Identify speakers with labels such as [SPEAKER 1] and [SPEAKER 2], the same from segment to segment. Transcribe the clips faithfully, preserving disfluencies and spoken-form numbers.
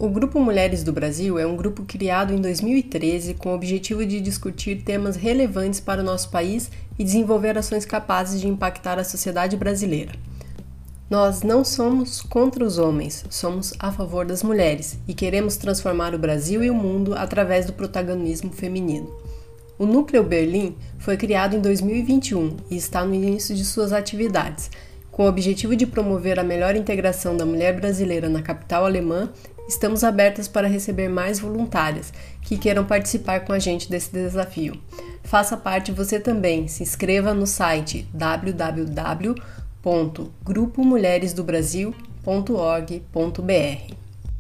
[SPEAKER 1] O Grupo Mulheres do Brasil é um grupo criado em dois mil e treze com o objetivo de discutir temas relevantes para o nosso país e desenvolver ações capazes de impactar a sociedade brasileira. Nós não somos contra os homens, somos a favor das mulheres e queremos transformar o Brasil e o mundo através do protagonismo feminino. O Núcleo Berlim foi criado em dois mil e vinte e um e está no início de suas atividades, com o objetivo de promover a melhor integração da mulher brasileira na capital alemã. Estamos abertas para receber mais voluntárias que queiram participar com a gente desse desafio. Faça parte você também, se inscreva no site w w w ponto grupo mulheres do brasil ponto org ponto b r.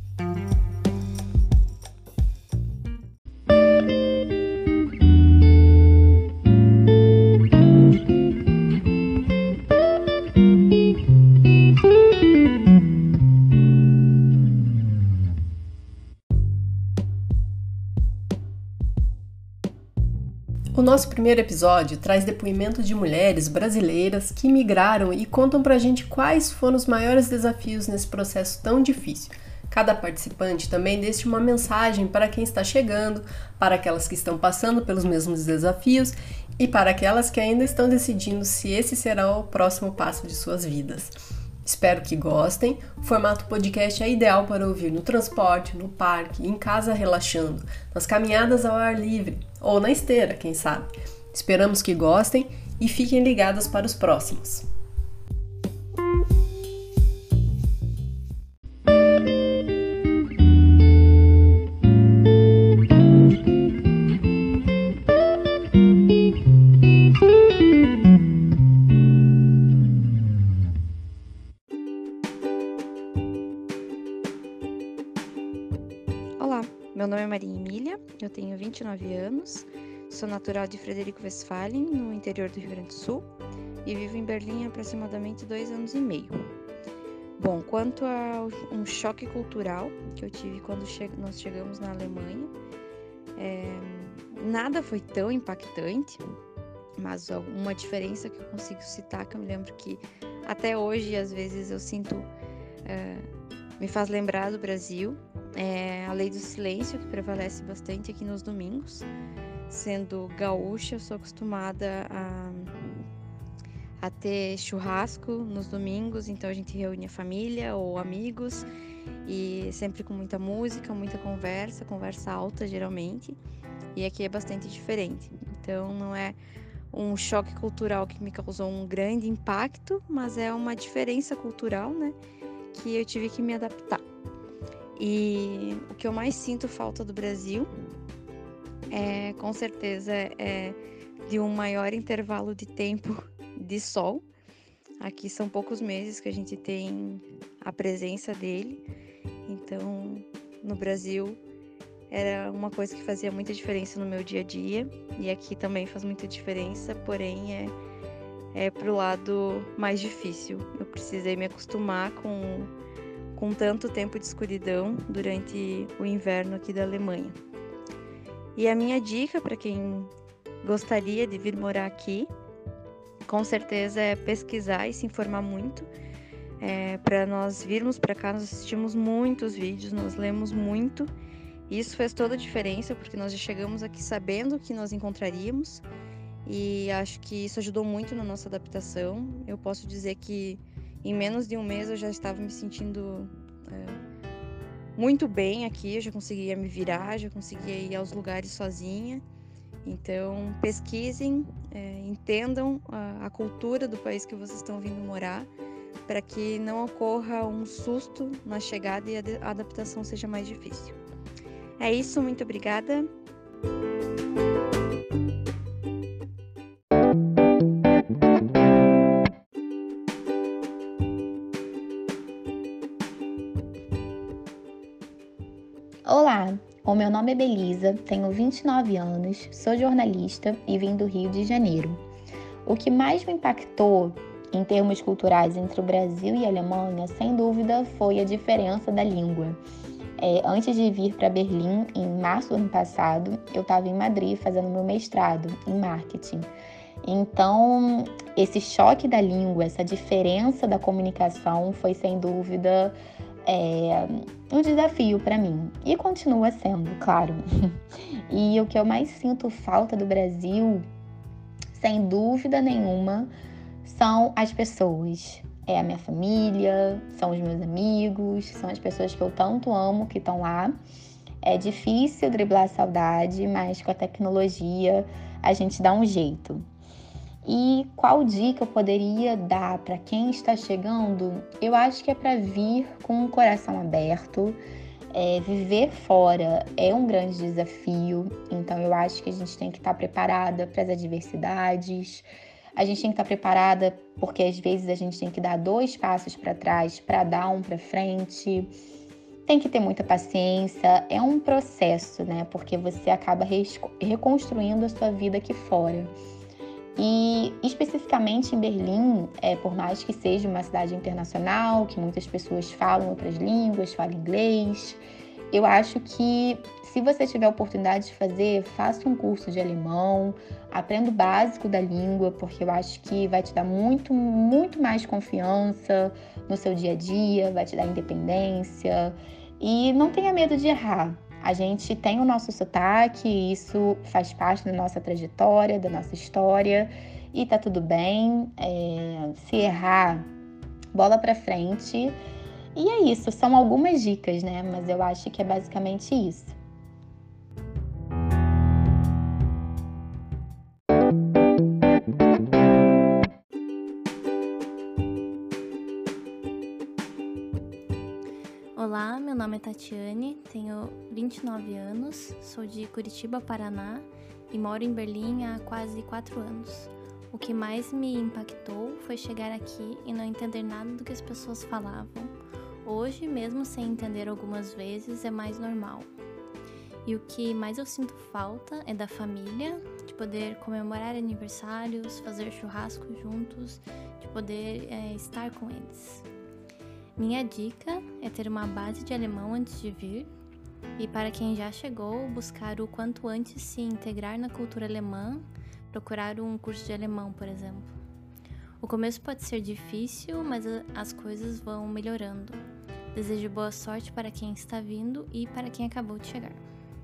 [SPEAKER 1] O nosso primeiro episódio traz depoimentos de mulheres brasileiras que migraram e contam pra gente quais foram os maiores desafios nesse processo tão difícil. Cada participante também deixa uma mensagem para quem está chegando, para aquelas que estão passando pelos mesmos desafios e para aquelas que ainda estão decidindo se esse será o próximo passo de suas vidas. Espero que gostem. O formato podcast é ideal para ouvir no transporte, no parque, em casa relaxando, nas caminhadas ao ar livre ou na esteira, quem sabe. Esperamos que gostem e fiquem ligados para os próximos.
[SPEAKER 2] Meu nome é Maria Emília, eu tenho vinte e nove anos, sou natural de Frederico Westphalen, no interior do Rio Grande do Sul, e vivo em Berlim há aproximadamente dois anos e meio. Bom, quanto a um choque cultural que eu tive quando che- nós chegamos na Alemanha, é, nada foi tão impactante, mas uma diferença que eu consigo citar, que eu me lembro que até hoje, às vezes, eu sinto... É, me faz lembrar do Brasil, é a lei do silêncio, que prevalece bastante aqui nos domingos. Sendo gaúcha, eu sou acostumada a, a ter churrasco nos domingos, então a gente reúne a família ou amigos, e sempre com muita música, muita conversa, conversa alta geralmente, e aqui é bastante diferente. Então não é um choque cultural que me causou um grande impacto, mas é uma diferença cultural, né? Que eu tive que me adaptar. E o que eu mais sinto falta do Brasil é, com certeza, é de um maior intervalo de tempo de sol. Aqui são poucos meses que a gente tem a presença dele. Então, no Brasil, era uma coisa que fazia muita diferença no meu dia a dia. E aqui também faz muita diferença, porém é é pro lado mais difícil. Eu precisei me acostumar com, com tanto tempo de escuridão durante o inverno aqui da Alemanha. E a minha dica para quem gostaria de vir morar aqui, com certeza é pesquisar e se informar muito. É, para nós virmos para cá, nós assistimos muitos vídeos, nós lemos muito. E isso fez toda a diferença, porque nós já chegamos aqui sabendo o que nós encontraríamos. E acho que isso ajudou muito na nossa adaptação. Eu posso dizer que em menos de um mês eu já estava me sentindo é, muito bem aqui, eu já conseguia me virar, já conseguia ir aos lugares sozinha. Então pesquisem, é, entendam a, a cultura do país que vocês estão vindo morar, para que não ocorra um susto na chegada e a, de, a adaptação seja mais difícil. É isso, muito obrigada.
[SPEAKER 3] Olá, o meu nome é Belisa, tenho vinte e nove anos, sou jornalista e vim do Rio de Janeiro. O que mais me impactou em termos culturais entre o Brasil e a Alemanha, sem dúvida, foi a diferença da língua. É, antes de vir para Berlim, em março do ano passado, eu estava em Madrid fazendo meu mestrado em marketing. Então, esse choque da língua, essa diferença da comunicação foi, sem dúvida, é um desafio para mim e continua sendo, claro. E o que eu mais sinto falta do Brasil, sem dúvida nenhuma, são as pessoas. É a minha família, são os meus amigos, são as pessoas que eu tanto amo que estão lá. É difícil driblar a saudade, mas com a tecnologia a gente dá um jeito. E qual dica eu poderia dar para quem está chegando? Eu acho que é para vir com o coração aberto. É, viver fora é um grande desafio, então eu acho que a gente tem que estar preparada para as adversidades. A gente tem que estar preparada porque às vezes a gente tem que dar dois passos para trás para dar um para frente. Tem que ter muita paciência, é um processo, né? Porque você acaba reconstruindo a sua vida aqui fora. E especificamente em Berlim, é, por mais que seja uma cidade internacional, que muitas pessoas falam outras línguas, falam inglês, eu acho que se você tiver a oportunidade de fazer, faça um curso de alemão, aprenda o básico da língua, porque eu acho que vai te dar muito, muito mais confiança no seu dia a dia, vai te dar independência e não tenha medo de errar. A gente tem o nosso sotaque, isso faz parte da nossa trajetória, da nossa história, e tá tudo bem. É, se errar, bola pra frente. E é isso, são algumas dicas, né? Mas eu acho que é basicamente isso.
[SPEAKER 4] Olá, meu nome é Tatiane, tenho vinte e nove anos, sou de Curitiba, Paraná e moro em Berlim há quase quatro anos. O que mais me impactou foi chegar aqui e não entender nada do que as pessoas falavam. Hoje, mesmo sem entender algumas vezes, é mais normal. E o que mais eu sinto falta é da família, de poder comemorar aniversários, fazer churrasco juntos, de poder é, estar com eles. Minha dica é ter uma base de alemão antes de vir e, para quem já chegou, buscar o quanto antes se integrar na cultura alemã, procurar um curso de alemão, por exemplo. O começo pode ser difícil, mas as coisas vão melhorando. Desejo boa sorte para quem está vindo e para quem acabou de chegar.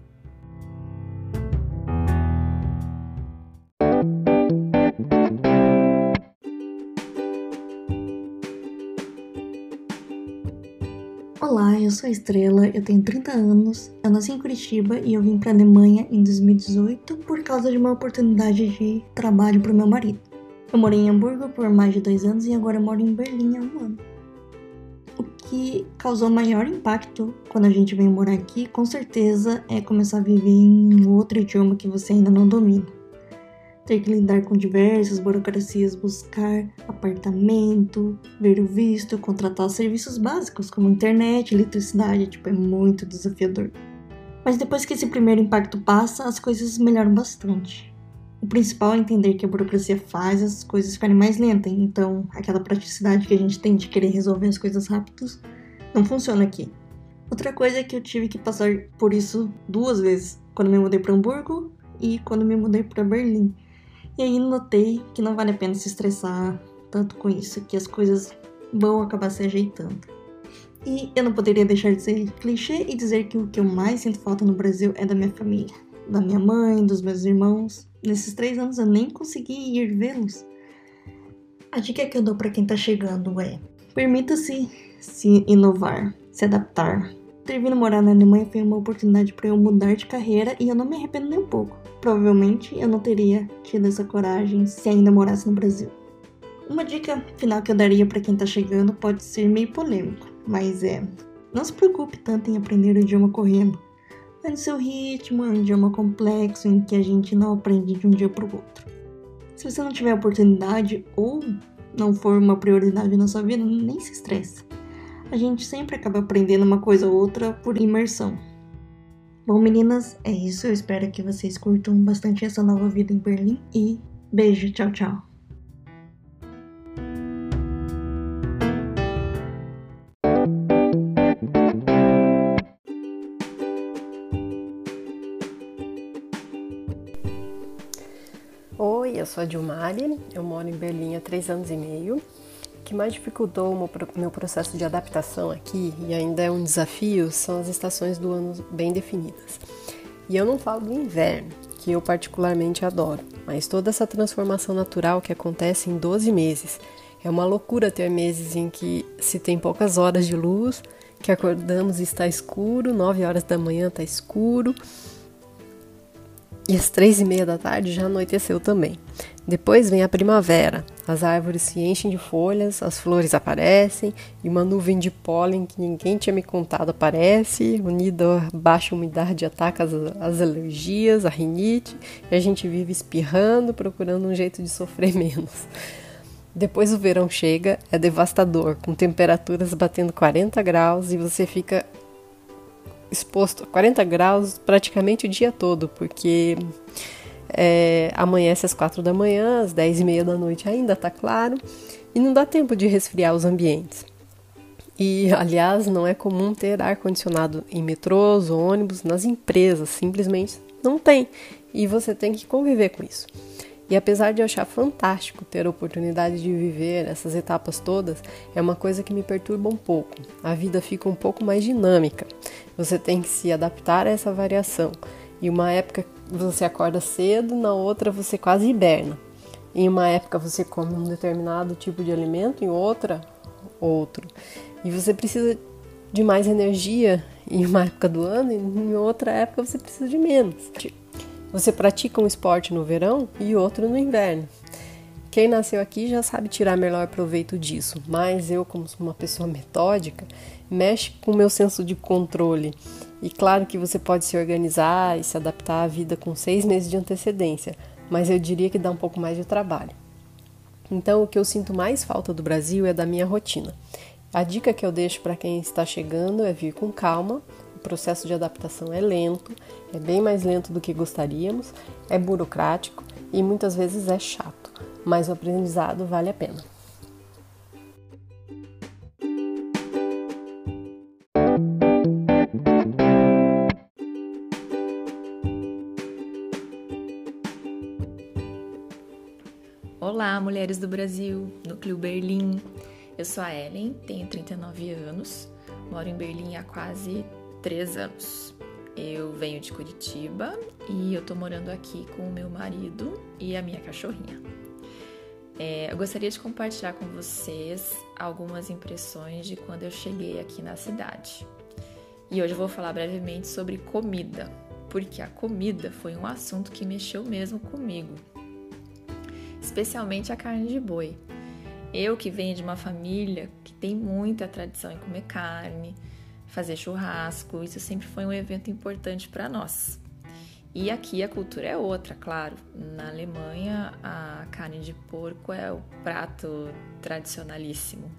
[SPEAKER 5] Olá, eu sou a Estrela, eu tenho trinta anos, eu nasci em Curitiba e eu vim para a Alemanha em dois mil e dezoito por causa de uma oportunidade de trabalho para o meu marido. Eu morei em Hamburgo por mais de dois anos e agora eu moro em Berlim há um ano. O que causou maior impacto quando a gente veio morar aqui, com certeza, é começar a viver em outro idioma que você ainda não domina. Ter que lidar com diversas burocracias, buscar apartamento, ver o visto, contratar serviços básicos como internet, eletricidade, tipo, é muito desafiador. Mas depois que esse primeiro impacto passa, as coisas melhoram bastante. O principal é entender que a burocracia faz as coisas ficarem mais lentas, então aquela praticidade que a gente tem de querer resolver as coisas rápidos não funciona aqui. Outra coisa é que eu tive que passar por isso duas vezes, quando me mudei para Hamburgo e quando me mudei para Berlim. E aí notei que não vale a pena se estressar tanto com isso, que as coisas vão acabar se ajeitando. E eu não poderia deixar de ser clichê e dizer que o que eu mais sinto falta no Brasil é da minha família, da minha mãe, dos meus irmãos. Nesses três anos eu nem consegui ir vê-los. A dica que eu dou para quem tá chegando é: permita-se se inovar, se adaptar. Ter vindo morar na Alemanha foi uma oportunidade para eu mudar de carreira e eu não me arrependo nem um pouco. Provavelmente eu não teria tido essa coragem se ainda morasse no Brasil. Uma dica final que eu daria para quem tá chegando pode ser meio polêmico, mas é: não se preocupe tanto em aprender o idioma correndo. Vai no seu ritmo, é um idioma complexo em que a gente não aprende de um dia para o outro. Se você não tiver oportunidade ou não for uma prioridade na sua vida, nem se estresse. A gente sempre acaba aprendendo uma coisa ou outra por imersão. Bom, meninas, é isso. Eu espero que vocês curtam bastante essa nova vida em Berlim. E beijo, tchau, tchau.
[SPEAKER 1] Oi, eu sou a Dilmari, eu moro em Berlim há três anos e meio. que mais dificultou o meu processo de adaptação aqui, e ainda é um desafio, são as estações do ano bem definidas. E eu não falo do inverno, que eu particularmente adoro, mas toda essa transformação natural que acontece em doze meses. É uma loucura ter meses em que se tem poucas horas de luz, que acordamos e está escuro, nove horas da manhã está escuro, e às três e meia da tarde já anoiteceu também. Depois vem a primavera, as árvores se enchem de folhas, as flores aparecem, e uma nuvem de pólen que ninguém tinha me contado aparece, unida a baixa umidade ataca as, as alergias, a rinite, e a gente vive espirrando, procurando um jeito de sofrer menos. Depois o verão chega, é devastador, com temperaturas batendo quarenta graus, e você fica exposto a quarenta graus praticamente o dia todo, porque é, amanhece às quatro da manhã, às dez e meia da noite ainda está claro, e não dá tempo de resfriar os ambientes. E, aliás, não é comum ter ar-condicionado em metrôs ou ônibus, nas empresas, simplesmente não tem, e você tem que conviver com isso. E apesar de eu achar fantástico ter a oportunidade de viver essas etapas todas, é uma coisa que me perturba um pouco. A vida fica um pouco mais dinâmica. Você tem que se adaptar a essa variação. Em uma época você acorda cedo, na outra você quase hiberna. Em uma época você come um determinado tipo de alimento, em outra, outro. E você precisa de mais energia em uma época do ano, e em outra época você precisa de menos. Você pratica um esporte no verão e outro no inverno. Quem nasceu aqui já sabe tirar melhor proveito disso, mas eu, como uma pessoa metódica, mexe com o meu senso de controle. E claro que você pode se organizar e se adaptar à vida com seis meses de antecedência, mas eu diria que dá um pouco mais de trabalho. Então, o que eu sinto mais falta do Brasil é da minha rotina. A dica que eu deixo para quem está chegando é vir com calma. O processo de adaptação é lento, é bem mais lento do que gostaríamos, é burocrático e muitas vezes é chato, mas o aprendizado vale a pena.
[SPEAKER 6] Olá, mulheres do Brasil, Núcleo Berlim. Eu sou a Ellen, tenho trinta e nove anos, moro em Berlim há quase três anos. Eu venho de Curitiba e eu tô morando aqui com o meu marido e a minha cachorrinha. É, eu gostaria de compartilhar com vocês algumas impressões de quando eu cheguei aqui na cidade. E hoje eu vou falar brevemente sobre comida, porque a comida foi um assunto que mexeu mesmo comigo, especialmente a carne de boi. Eu que venho de uma família que tem muita tradição em comer carne, fazer churrasco, isso sempre foi um evento importante para nós. E aqui a cultura é outra, claro. Na Alemanha, a carne de porco é o prato tradicionalíssimo.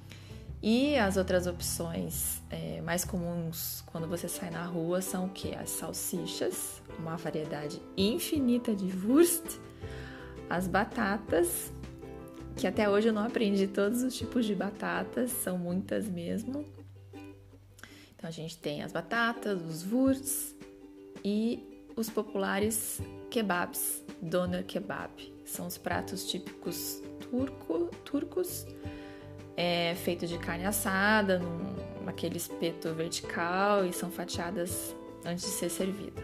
[SPEAKER 6] E as outras opções é, mais comuns quando você sai na rua são o quê? As salsichas, uma variedade infinita de Wurst, as batatas, que até hoje eu não aprendi todos os tipos de batatas, são muitas mesmo. Então a gente tem as batatas, os Wursts e os populares kebabs, doner kebab. São os pratos típicos turco, turcos, é, feito de carne assada, num, naquele espeto vertical, e são fatiadas antes de ser servida.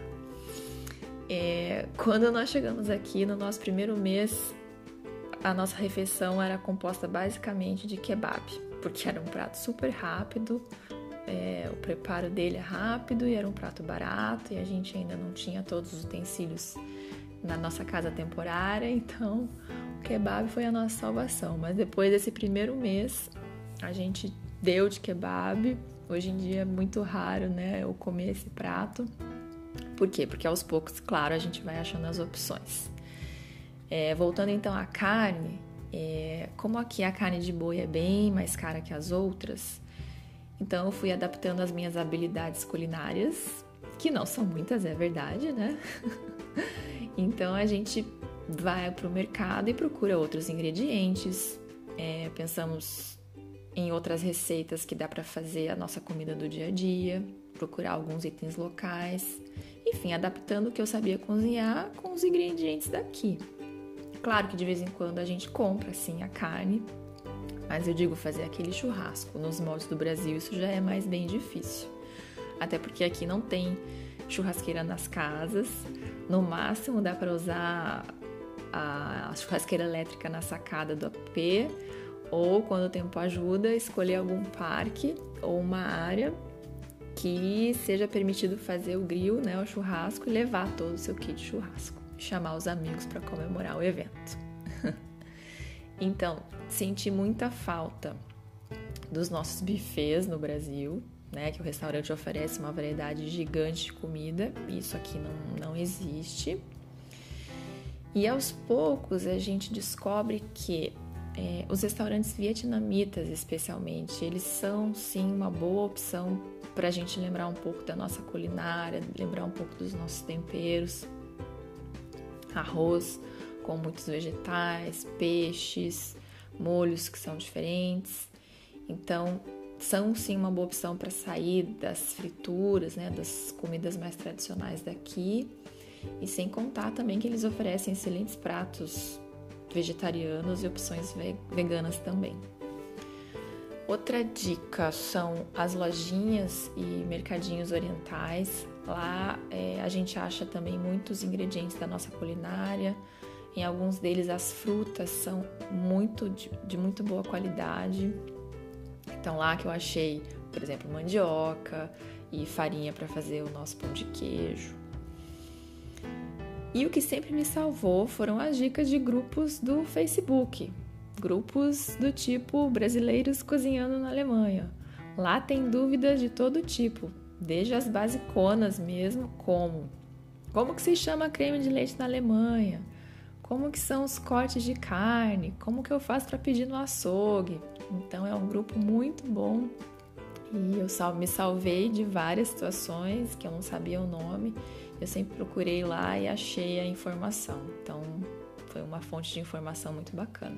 [SPEAKER 6] É, quando nós chegamos aqui, no nosso primeiro mês, a nossa refeição era composta basicamente de kebab, porque era um prato super rápido, é, o preparo dele é rápido e era um prato barato, e a gente ainda não tinha todos os utensílios na nossa casa temporária, então o kebab foi a nossa salvação. Mas depois desse primeiro mês, a gente deu de kebab. Hoje em dia é muito raro, né, eu comer esse prato. Por quê? Porque aos poucos, claro, a gente vai achando as opções. É, voltando então à carne, é, como aqui a carne de boi é bem mais cara que as outras, então eu fui adaptando as minhas habilidades culinárias, que não são muitas, é verdade, né? Então a gente vai para o mercado e procura outros ingredientes, é, pensamos em outras receitas que dá para fazer a nossa comida do dia a dia, procurar alguns itens locais, enfim, adaptando o que eu sabia cozinhar com os ingredientes daqui. Claro que de vez em quando a gente compra, assim, a carne, Mas eu digo fazer aquele churrasco nos moldes do Brasil, isso já é mais bem difícil. Até porque aqui não tem churrasqueira nas casas. No máximo dá para usar a churrasqueira elétrica na sacada do A P, ou quando o tempo ajuda, escolher algum parque ou uma área que seja permitido fazer o grill, né, o churrasco, e levar todo o seu kit de churrasco, chamar os amigos para comemorar o evento. Então, senti muita falta dos nossos buffets no Brasil, né, que o restaurante oferece uma variedade gigante de comida, e isso aqui não, não existe. E aos poucos a gente descobre que é, os restaurantes vietnamitas, especialmente, eles são sim uma boa opção para a gente lembrar um pouco da nossa culinária, lembrar um pouco dos nossos temperos. Arroz com muitos vegetais, peixes, molhos que são diferentes. Então, são sim uma boa opção para sair das frituras, né, das comidas mais tradicionais daqui. E sem contar também que eles oferecem excelentes pratos vegetarianos e opções veganas também. Outra dica são as lojinhas e mercadinhos orientais. Lá é, a gente acha também muitos ingredientes da nossa culinária. Em alguns deles as frutas são muito, de, de muito boa qualidade. Então lá que eu achei, por exemplo, mandioca e farinha para fazer o nosso pão de queijo. E o que sempre me salvou foram as dicas de grupos do Facebook. Grupos do tipo Brasileiros Cozinhando na Alemanha. Lá tem dúvidas de todo tipo, desde as basiconas mesmo, como como que se chama creme de leite na Alemanha, como que são os cortes de carne, como que eu faço para pedir no açougue. Então é um grupo muito bom e eu sal- me salvei de várias situações que eu não sabia o nome. Eu sempre procurei lá e achei a informação. Então foi uma fonte de informação muito bacana.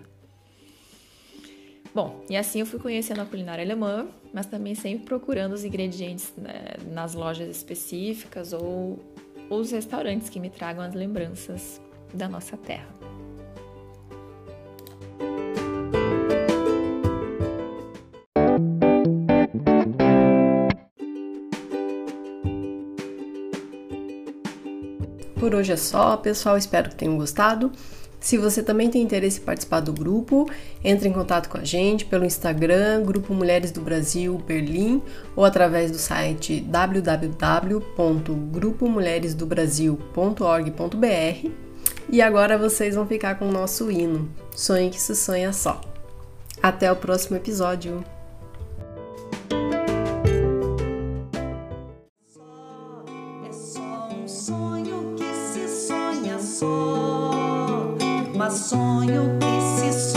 [SPEAKER 6] Bom, e assim eu fui conhecendo a culinária alemã, mas também sempre procurando os ingredientes, né, nas lojas específicas ou os restaurantes que me tragam as lembranças da nossa terra.
[SPEAKER 1] Por hoje é só, pessoal. Espero que tenham gostado. Se você também tem interesse em participar do grupo, entre em contato com a gente pelo Instagram, Grupo Mulheres do Brasil Berlim, ou através do site w w w ponto grupo mulheres do brasil ponto org ponto b r. E agora vocês vão ficar com o nosso hino, Sonhe que se sonha só. Até o próximo episódio!
[SPEAKER 7] É só um sonho que se sonha só. Mas sonho que se